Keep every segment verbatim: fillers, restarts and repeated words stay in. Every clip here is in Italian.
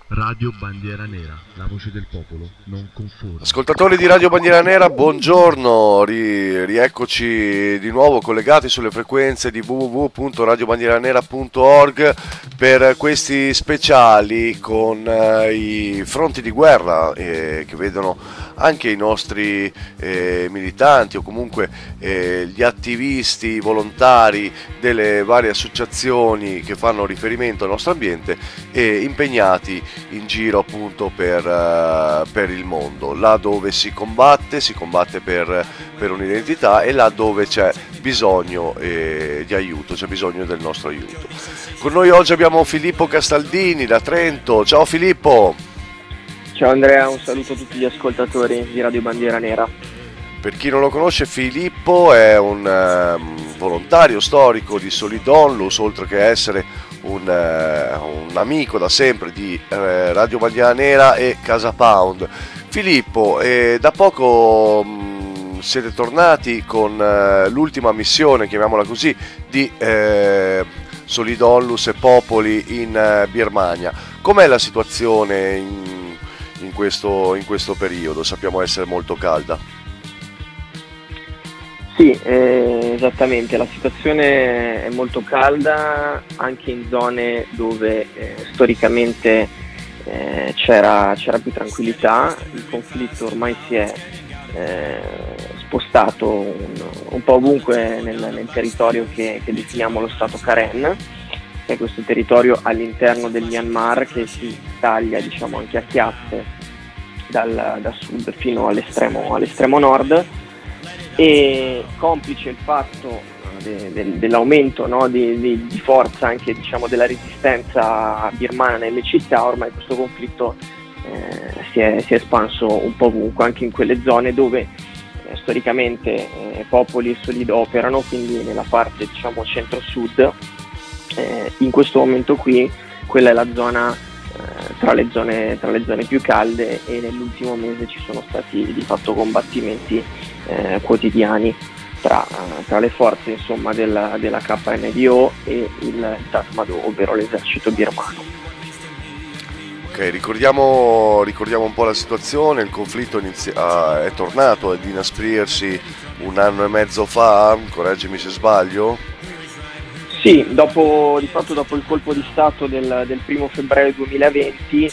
Radio Bandiera Nera, la voce del popolo non conforme. Ascoltatori di Radio Bandiera Nera, buongiorno, Ri- rieccoci di nuovo collegati sulle frequenze di w w w punto radio bandiera nera punto org per questi speciali con eh, i fronti di guerra eh, che vedono anche i nostri eh, militanti o comunque eh, gli attivisti, i volontari delle varie associazioni che fanno riferimento al nostro ambiente e impegnati in giro appunto per, uh, per il mondo, là dove si combatte, si combatte per, per un'identità e là dove c'è bisogno eh, di aiuto, c'è bisogno del nostro aiuto. Con noi oggi abbiamo Filippo Castaldini da Trento. Ciao Filippo! Ciao Andrea, un saluto a tutti gli ascoltatori di Radio Bandiera Nera. Per chi non lo conosce, Filippo è un um, volontario storico di Solid Onlus, oltre che essere un, uh, un amico da sempre di uh, Radio Bandiera Nera e Casa Pound. Filippo, eh, da poco um, siete tornati con uh, l'ultima missione, chiamiamola così, di uh, Solid Onlus e Popoli in uh, Birmania. Com'è la situazione in, in, questo, in questo periodo? Sappiamo essere molto calda. Sì, eh, esattamente, la situazione è molto calda anche in zone dove eh, storicamente eh, c'era, c'era più tranquillità. Il conflitto ormai si è eh, spostato un, un po' ovunque nel, nel territorio che, che definiamo lo Stato Karen, che è questo territorio all'interno del Myanmar che si taglia, diciamo, anche a chiatte dal, da sud fino all'estremo, all'estremo nord. E complice il fatto de, de, dell'aumento, no, di, di, di forza anche, diciamo, della resistenza birmana nelle città, ormai questo conflitto eh, si, è, si è espanso un po' ovunque, anche in quelle zone dove eh, storicamente eh, Popoli e Solid operano, quindi nella parte, diciamo, centro-sud. Eh, in questo momento qui quella è la zona eh, tra le zone, tra le zone più calde, e nell'ultimo mese ci sono stati di fatto combattimenti Eh, quotidiani tra, uh, tra le forze, insomma, della, della K N D O e il Tatmadaw, ovvero l'esercito birmano. Ok, ricordiamo, ricordiamo un po' la situazione. Il conflitto inizi- uh, è tornato ad inasprirsi un anno e mezzo fa, correggimi se sbaglio. Sì, dopo, di fatto dopo il colpo di stato del, del primo febbraio duemilaventi,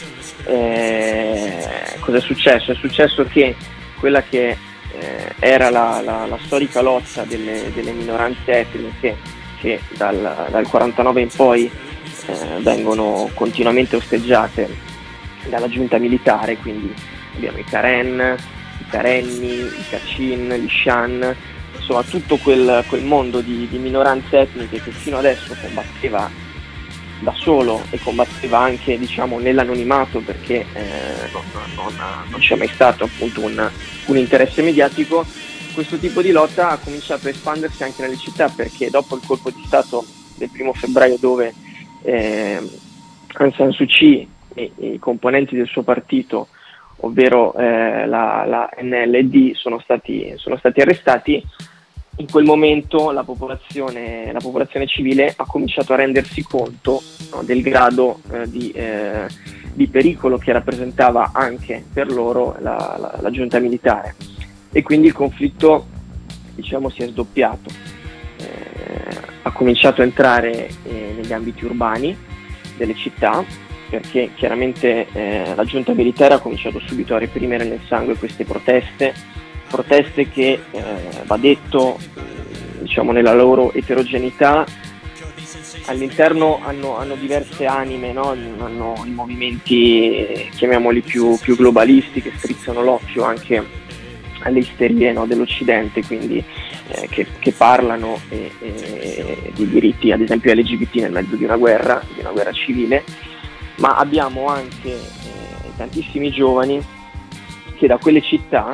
eh, cosa è successo? È successo che quella che Eh, era la, la, la storica lotta delle, delle minoranze etniche che dal, dal quarantanove in poi eh, vengono continuamente osteggiate dalla giunta militare, quindi abbiamo i Karen, i Karenni, i Kachin, gli Shan, insomma tutto quel, quel mondo di, di minoranze etniche che fino adesso combatteva da solo e combatteva anche, diciamo, nell'anonimato, perché eh, non, non, non c'è mai stato appunto un, un interesse mediatico. Questo tipo di lotta ha cominciato a espandersi anche nelle città, perché dopo il colpo di stato del primo febbraio, dove eh, Aung San Suu Kyi e, e i componenti del suo partito, ovvero eh, la, la N L D, sono stati, sono stati arrestati, in quel momento la popolazione, la popolazione civile ha cominciato a rendersi conto, no, del grado eh, di, eh, di pericolo che rappresentava anche per loro la, la, la giunta militare, e quindi il conflitto, diciamo, si è sdoppiato. Eh, ha cominciato a entrare eh, negli ambiti urbani delle città, perché chiaramente eh, la giunta militare ha cominciato subito a reprimere nel sangue queste proteste, proteste che, eh, va detto, diciamo, nella loro eterogeneità all'interno hanno, hanno diverse anime, no? Hanno i movimenti, chiamiamoli più, più globalisti, che strizzano l'occhio anche alle isterie, no, dell'Occidente, quindi eh, che, che parlano eh, eh, di diritti, ad esempio L G B T, nel mezzo di una guerra, di una guerra civile, ma abbiamo anche eh, tantissimi giovani che da quelle città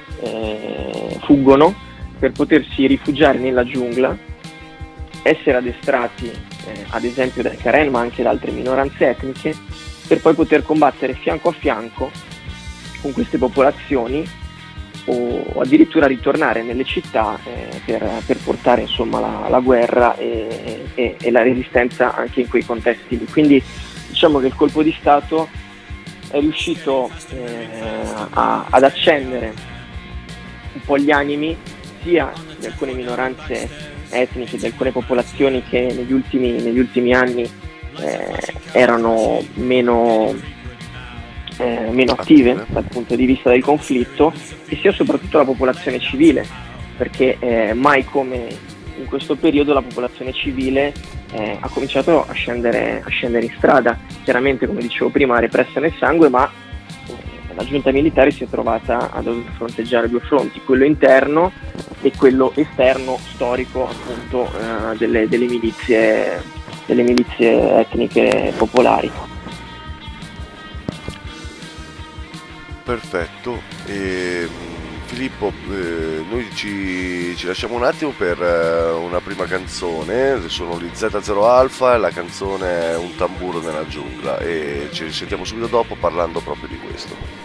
Eh, fuggono per potersi rifugiare nella giungla, essere addestrati eh, ad esempio dai Karen, ma anche da altre minoranze etniche, per poi poter combattere fianco a fianco con queste popolazioni, o addirittura ritornare nelle città eh, per, per portare, insomma, la, la guerra e, e, e la resistenza anche in quei contesti lì. Quindi diciamo che il colpo di stato è riuscito eh, a, ad accendere un po' gli animi sia di alcune minoranze etniche, di alcune popolazioni che negli ultimi, negli ultimi anni eh, erano meno, eh, meno attive dal punto di vista del conflitto, e sia soprattutto la popolazione civile, perché eh, mai come in questo periodo la popolazione civile eh, ha cominciato a scendere, a scendere in strada, chiaramente come dicevo prima repressa nel sangue, ma eh, la giunta militare si è trovata a dover fronteggiare due fronti, quello interno e quello esterno storico appunto eh, delle, delle milizie, delle milizie etniche popolari. Perfetto. E, Filippo, eh, noi ci, ci lasciamo un attimo per eh, una prima canzone. Sono gli zeta zero Alpha e la canzone è Un tamburo nella giungla, e ci risentiamo subito dopo parlando proprio di questo.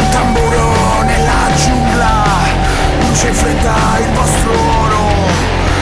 C'è in fretta il vostro oro,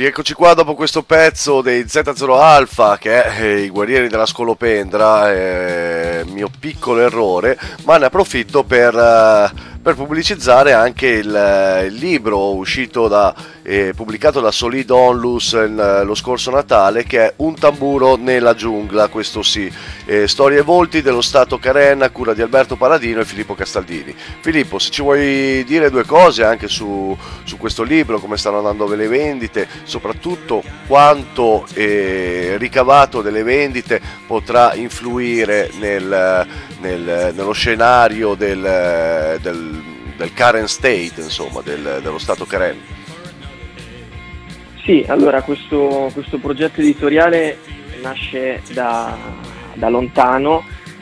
Rieccoci qua dopo questo pezzo dei Z zero Alpha, che è eh, i guerrieri della scolopendra, eh, mio piccolo errore, ma ne approfitto per, eh, per pubblicizzare anche il, il libro uscito da, eh, pubblicato da Solid Onlus il, lo scorso Natale, che è Un tamburo nella giungla, questo sì, eh, storie e volti dello Stato Karen a cura di Alberto Paladino e Filippo Castaldini. Filippo, se ci vuoi dire due cose anche su, su questo libro, come stanno andando le vendite, soprattutto quanto eh, ricavato delle vendite potrà influire nel, nel, nello scenario del, del, del Karen State, insomma, del, dello Stato Karen. Sì, allora questo, questo progetto editoriale nasce da, da lontano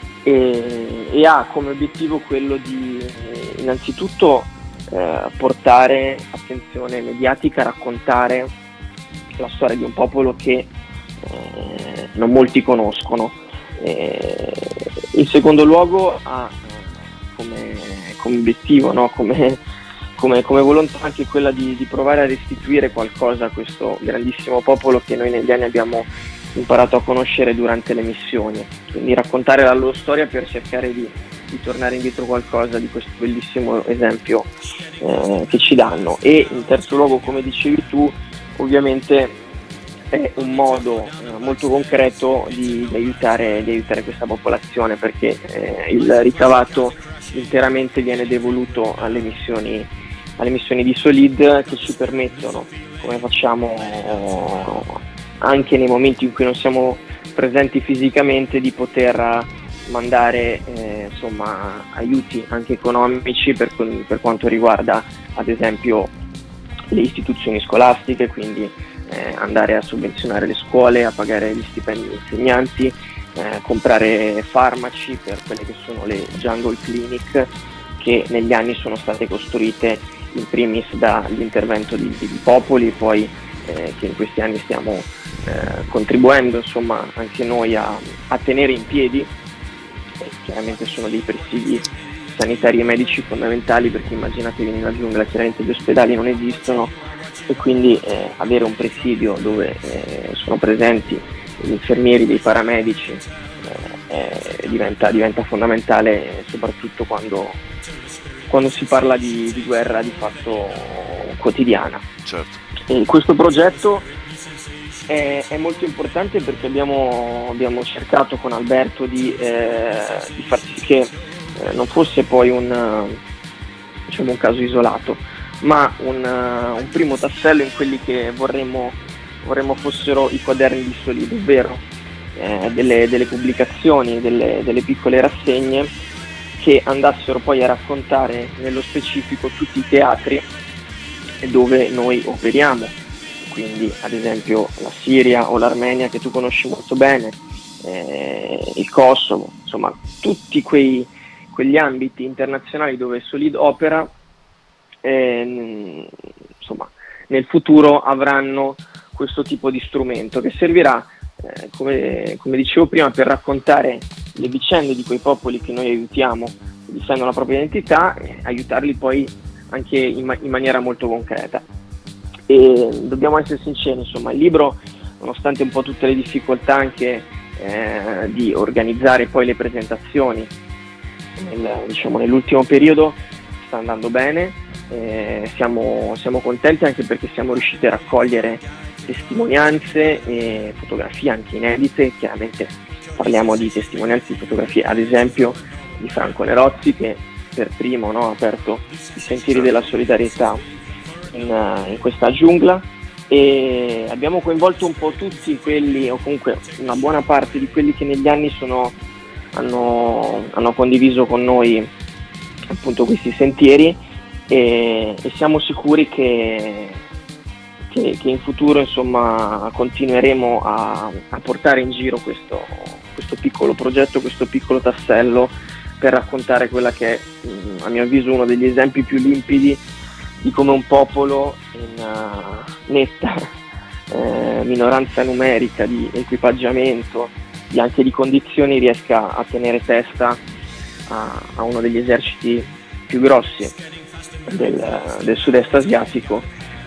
e, e ha come obiettivo quello di innanzitutto eh, portare attenzione mediatica, raccontare la storia di un popolo che eh, non molti conoscono. Eh, in secondo luogo ha come, come obiettivo, no? come, come, come volontà anche quella di, di provare a restituire qualcosa a questo grandissimo popolo che noi negli anni abbiamo imparato a conoscere durante le missioni, quindi raccontare la loro storia per cercare di, di tornare indietro qualcosa di questo bellissimo esempio eh, che ci danno. E in terzo luogo, come dicevi tu, ovviamente è un modo eh, molto concreto di, di, aiutare, di aiutare questa popolazione, perché eh, il ricavato interamente viene devoluto alle missioni, alle missioni di Solid, che ci permettono, come facciamo eh, anche nei momenti in cui non siamo presenti fisicamente, di poter mandare eh, insomma aiuti anche economici per, per quanto riguarda ad esempio le istituzioni scolastiche, quindi eh, andare a sovvenzionare le scuole, a pagare gli stipendi degli insegnanti, eh, comprare farmaci per quelle che sono le jungle clinic che negli anni sono state costruite in primis dall'intervento di, di popoli, poi eh, che in questi anni stiamo eh, contribuendo insomma anche noi a, a tenere in piedi. Eh, chiaramente sono dei presidi sanitari e medici fondamentali, perché immaginatevi nella giungla chiaramente gli ospedali non esistono e quindi eh, avere un presidio dove eh, sono presenti gli infermieri, dei paramedici eh, eh, diventa, diventa fondamentale, eh, soprattutto quando, quando si parla di, di guerra di fatto quotidiana. Certo. E questo progetto è, è molto importante perché abbiamo, abbiamo cercato con Alberto di, eh, di far sì che eh, non fosse poi un, diciamo, un caso isolato, ma un, uh, un primo tassello in quelli che vorremmo, vorremmo fossero i quaderni di Solid, ovvero eh, delle, delle pubblicazioni, delle, delle piccole rassegne che andassero poi a raccontare nello specifico tutti i teatri dove noi operiamo, quindi ad esempio la Siria o l'Armenia, che tu conosci molto bene, eh, il Kosovo, insomma tutti quei, quegli ambiti internazionali dove Solid opera. Eh, insomma, nel futuro avranno questo tipo di strumento che servirà, eh, come, come dicevo prima, per raccontare le vicende di quei popoli che noi aiutiamo, che difendono la propria identità, e aiutarli poi anche in, ma- in maniera molto concreta. E dobbiamo essere sinceri, insomma, il libro, nonostante un po' tutte le difficoltà anche eh, di organizzare poi le presentazioni nel, diciamo, nell'ultimo periodo, sta andando bene. Eh, siamo, siamo contenti anche perché siamo riusciti a raccogliere testimonianze e fotografie anche inedite. Chiaramente parliamo di testimonianze e fotografie, ad esempio di Franco Nerozzi, che per primo, no, ha aperto i sentieri della solidarietà in, in questa giungla, e abbiamo coinvolto un po' tutti quelli, o comunque una buona parte di quelli che negli anni sono, hanno, hanno condiviso con noi appunto questi sentieri. E, e siamo sicuri che, che, che in futuro insomma continueremo a, a portare in giro questo, questo piccolo progetto, questo piccolo tassello, per raccontare quella che è, a mio avviso, uno degli esempi più limpidi di come un popolo in uh, netta eh, minoranza numerica di equipaggiamento, di anche di condizioni, riesca a tenere testa a, a uno degli eserciti più grossi Del, del sud-est asiatico,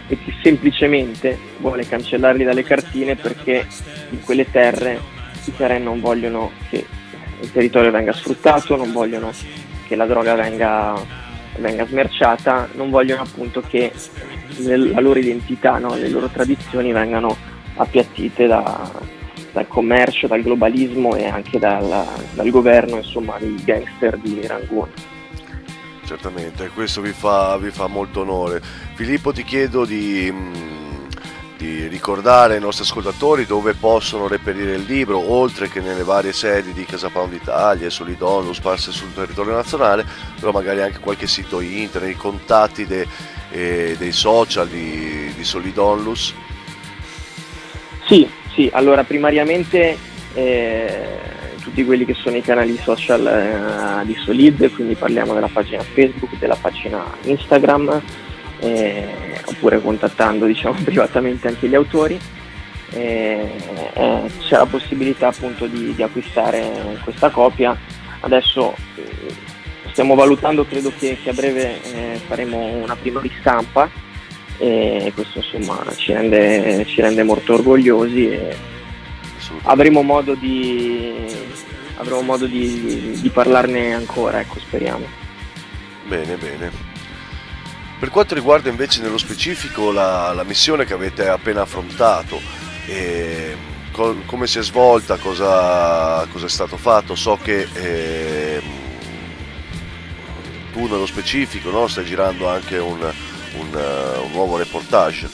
e che semplicemente vuole cancellarli dalle cartine perché in quelle terre i Karen non vogliono che il territorio venga sfruttato, non vogliono che la droga venga, venga smerciata, non vogliono appunto che la loro identità, no, le loro tradizioni vengano appiattite da, dal commercio, dal globalismo e anche dal, dal governo, insomma, dei gangster di Rangoon. Certamente, questo vi fa, vi fa molto onore. Filippo, ti chiedo di, di ricordare ai nostri ascoltatori dove possono reperire il libro, oltre che nelle varie sedi di Casa Pound Italia e Solid Onlus sparse sul territorio nazionale, però magari anche qualche sito internet, i contatti de, eh, dei social di, di Solid Onlus. Sì, sì, allora primariamente eh, tutti quelli che sono i canali social eh, di Solid, quindi parliamo della pagina Facebook, della pagina Instagram, eh, oppure contattando, diciamo, privatamente anche gli autori. Eh, eh, c'è la possibilità appunto di, di acquistare questa copia. Adesso eh, stiamo valutando, credo che, che a breve eh, faremo una prima ristampa e questo insomma ci rende, ci rende molto orgogliosi e avremo modo di avremo modo di, di parlarne ancora, ecco, speriamo. Bene, bene. Per quanto riguarda invece nello specifico la, la missione che avete appena affrontato, e co- come si è svolta, cosa, cosa è stato fatto, so che eh, tu nello specifico, no, stai girando anche un, un, uh, un nuovo reportage.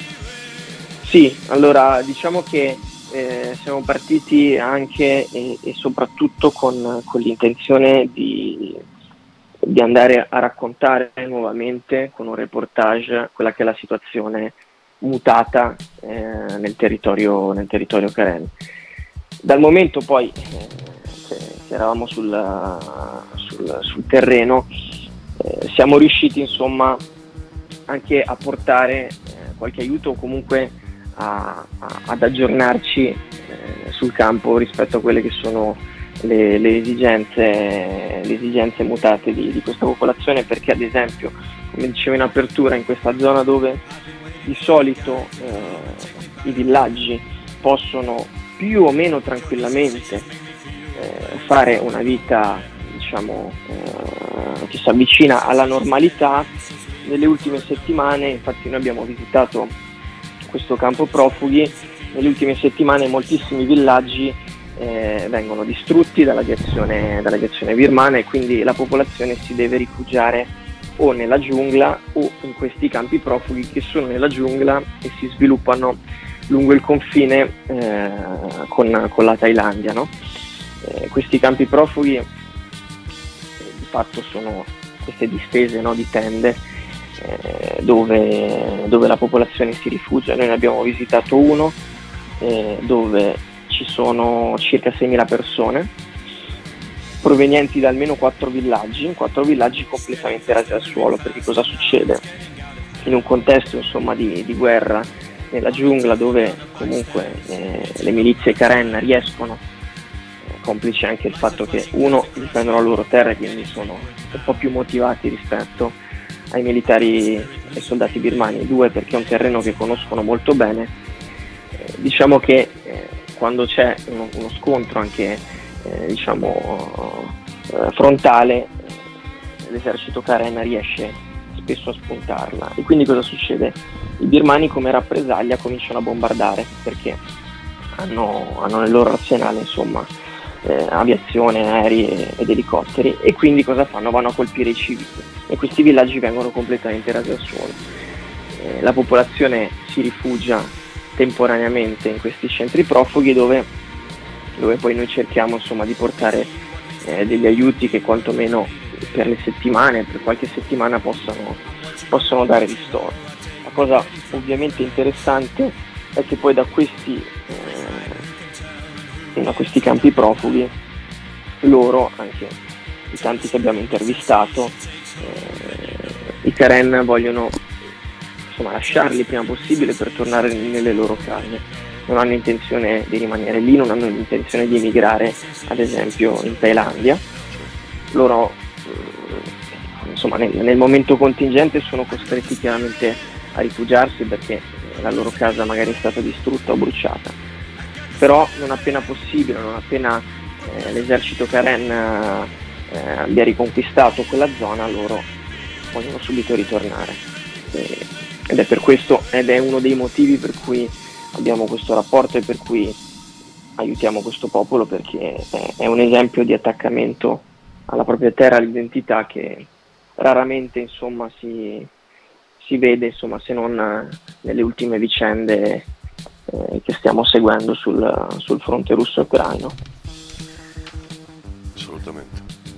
Sì, allora diciamo che Eh, siamo partiti anche e, e soprattutto con, con l'intenzione di, di andare a raccontare nuovamente con un reportage quella che è la situazione mutata eh, nel territorio nel territorio Karen. Dal momento poi eh, che, che eravamo sul, sul, sul terreno eh, siamo riusciti insomma anche a portare eh, qualche aiuto o comunque A, a, ad aggiornarci eh, sul campo rispetto a quelle che sono le, le, esigenze, le esigenze mutate di, di questa popolazione, perché ad esempio, come dicevo in apertura, in questa zona dove di solito eh, i villaggi possono più o meno tranquillamente eh, fare una vita, diciamo, eh, che si avvicina alla normalità, nelle ultime settimane infatti noi abbiamo visitato questo campo profughi, nelle ultime settimane moltissimi villaggi eh, vengono distrutti dall'aviazione, dall'aviazione birmana e quindi la popolazione si deve rifugiare o nella giungla o in questi campi profughi che sono nella giungla e si sviluppano lungo il confine eh, con, con la Thailandia, no? Eh, questi campi profughi eh, di fatto sono queste distese, no, di tende Eh, dove, dove la popolazione si rifugia. Noi ne abbiamo visitato uno eh, dove ci sono circa seimila persone provenienti da almeno quattro villaggi, quattro villaggi completamente rasi al suolo, perché cosa succede? In un contesto insomma di, di guerra nella giungla dove comunque eh, le milizie Karen riescono, eh, complice anche il fatto che uno difendono la loro terra e quindi sono un po' più motivati rispetto ai militari e ai soldati birmani, due perché è un terreno che conoscono molto bene. Eh, diciamo che eh, quando c'è uno, uno scontro anche eh, diciamo eh, frontale, eh, l'esercito Karen riesce spesso a spuntarla e quindi cosa succede? I birmani come rappresaglia cominciano a bombardare perché hanno, hanno nel loro arsenale insomma eh, aviazione, aerei ed elicotteri e quindi cosa fanno? Vanno a colpire i civili e questi villaggi vengono completamente rasi al suolo. Eh, la popolazione si rifugia temporaneamente in questi centri profughi dove, dove poi noi cerchiamo insomma di portare eh, degli aiuti che quantomeno per le settimane, per qualche settimana possano, possano dare ristoro. La cosa ovviamente interessante è che poi da questi, eh, da questi campi profughi loro, anche i tanti che abbiamo intervistato, eh, i Karen vogliono insomma lasciarli il prima possibile per tornare nelle loro case, non hanno intenzione di rimanere lì, non hanno intenzione di emigrare ad esempio in Thailandia. Loro eh, insomma nel, nel momento contingente sono costretti chiaramente a a rifugiarsi perché la loro casa magari è stata distrutta o bruciata. Però non appena possibile, non appena eh, l'esercito Karen eh, abbia riconquistato quella zona, loro vogliono subito ritornare. E, ed è per questo, ed è uno dei motivi per cui abbiamo questo rapporto e per cui aiutiamo questo popolo, perché è, è un esempio di attaccamento alla propria terra, all'identità, che raramente insomma si, si vede, insomma, se non nelle ultime vicende eh, che stiamo seguendo sul, sul fronte russo-ucraino. Assolutamente.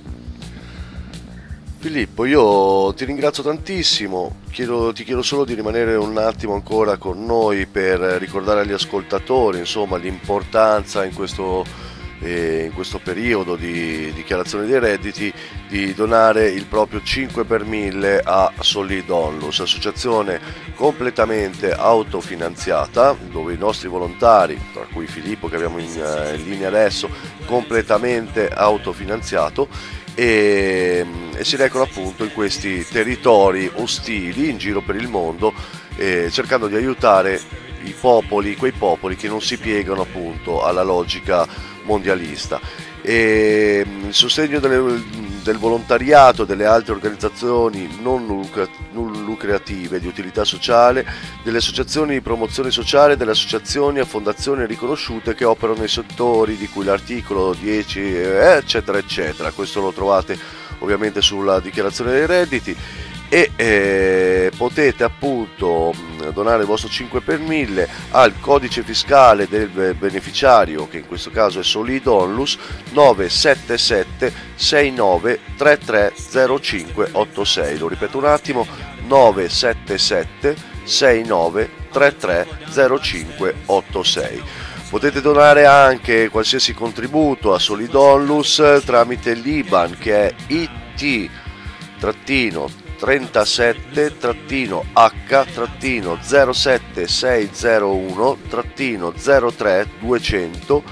Filippo, io ti ringrazio tantissimo, chiedo, ti chiedo solo di rimanere un attimo ancora con noi per ricordare agli ascoltatori, insomma, l'importanza in questo, eh, in questo periodo di dichiarazione dei redditi di donare il proprio cinque per mille a Solid Onlus, associazione completamente autofinanziata, dove i nostri volontari, tra cui Filippo che abbiamo in, in linea adesso, completamente autofinanziato, E, e si recano appunto in questi territori ostili in giro per il mondo, eh, cercando di aiutare i popoli, quei popoli che non si piegano appunto alla logica mondialista. E il sostegno delle, del volontariato, delle altre organizzazioni non, lucra, non lucrative di utilità sociale, delle associazioni di promozione sociale, delle associazioni e fondazioni riconosciute che operano nei settori di cui l'articolo dieci, eccetera eccetera. Questo lo trovate ovviamente sulla dichiarazione dei redditi. E eh, potete appunto donare il vostro cinque per mille al codice fiscale del beneficiario, che in questo caso è Solid Onlus, nove sette sette sei nove tre tre zero cinque otto sei. Lo ripeto un attimo, nove sette sette sei nove tre tre zero cinque otto sei. Potete donare anche qualsiasi contributo a Solid Onlus tramite l'I B A N, che è I T trentasette H zero sette sei zero uno zero tre duecento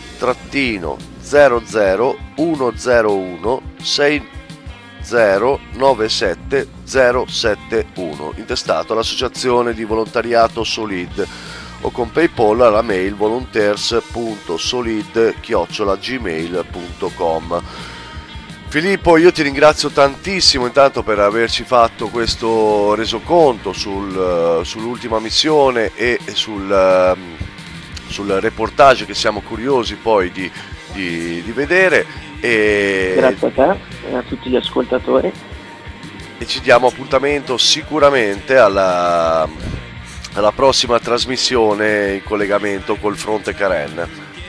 zero zero uno zero uno sei zero nove sette zero sette uno, intestato all'associazione di volontariato Solid, o con PayPal alla mail volunteers punto solid chiocciola gmail punto com. Filippo, io ti ringrazio tantissimo intanto per averci fatto questo resoconto sul, sull'ultima missione e sul, sul reportage che siamo curiosi poi di, di, di vedere. E, grazie a te e a tutti gli ascoltatori. E ci diamo appuntamento sicuramente alla, alla prossima trasmissione in collegamento col fronte Karen.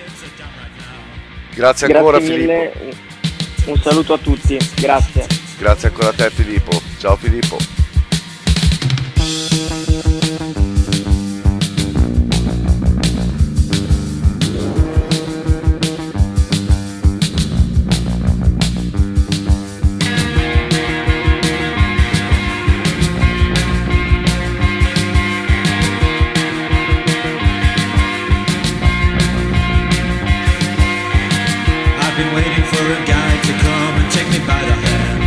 Grazie ancora, grazie mille. Filippo. Un saluto a tutti, grazie. Grazie ancora a te, Filippo. Ciao Filippo. I've been waiting for a guy to come and take me by the hand.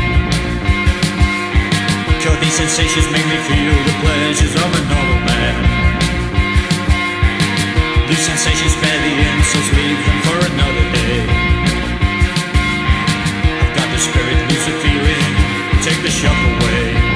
Sure, these sensations make me feel the pleasures of a normal man. These sensations spare the insults, leave them for another day. I've got the spirit, lose the feeling, take the shock away.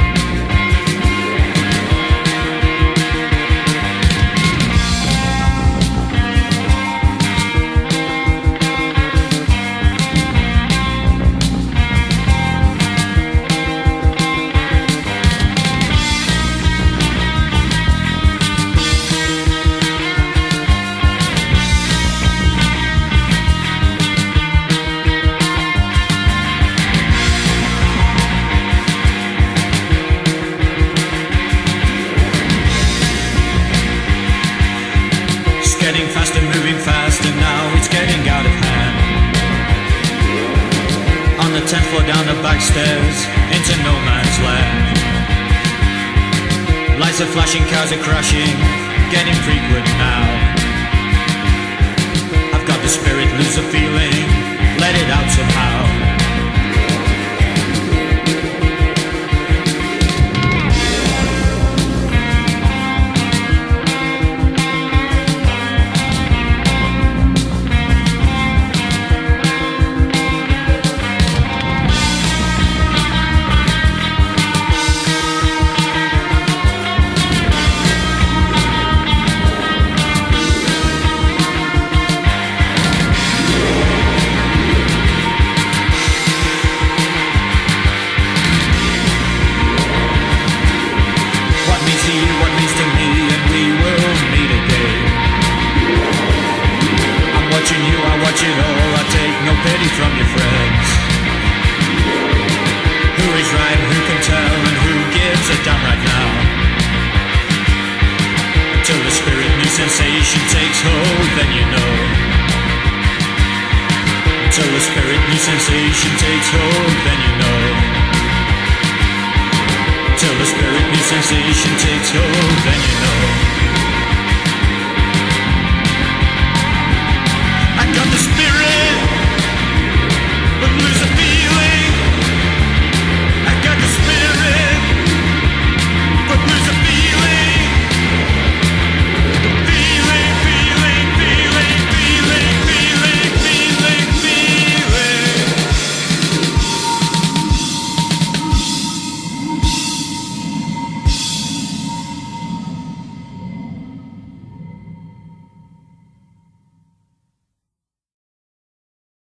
Getting faster, moving faster, now it's getting out of hand. On the tenth floor, down the back stairs, into no man's land. Lights are flashing, cars are crashing, getting frequent now. I've got the spirit, lose the feeling, let it out somehow. sensation takes hold, then you know. Till the spirit new sensation takes hold, then you know. Till the spirit new sensation takes hold, then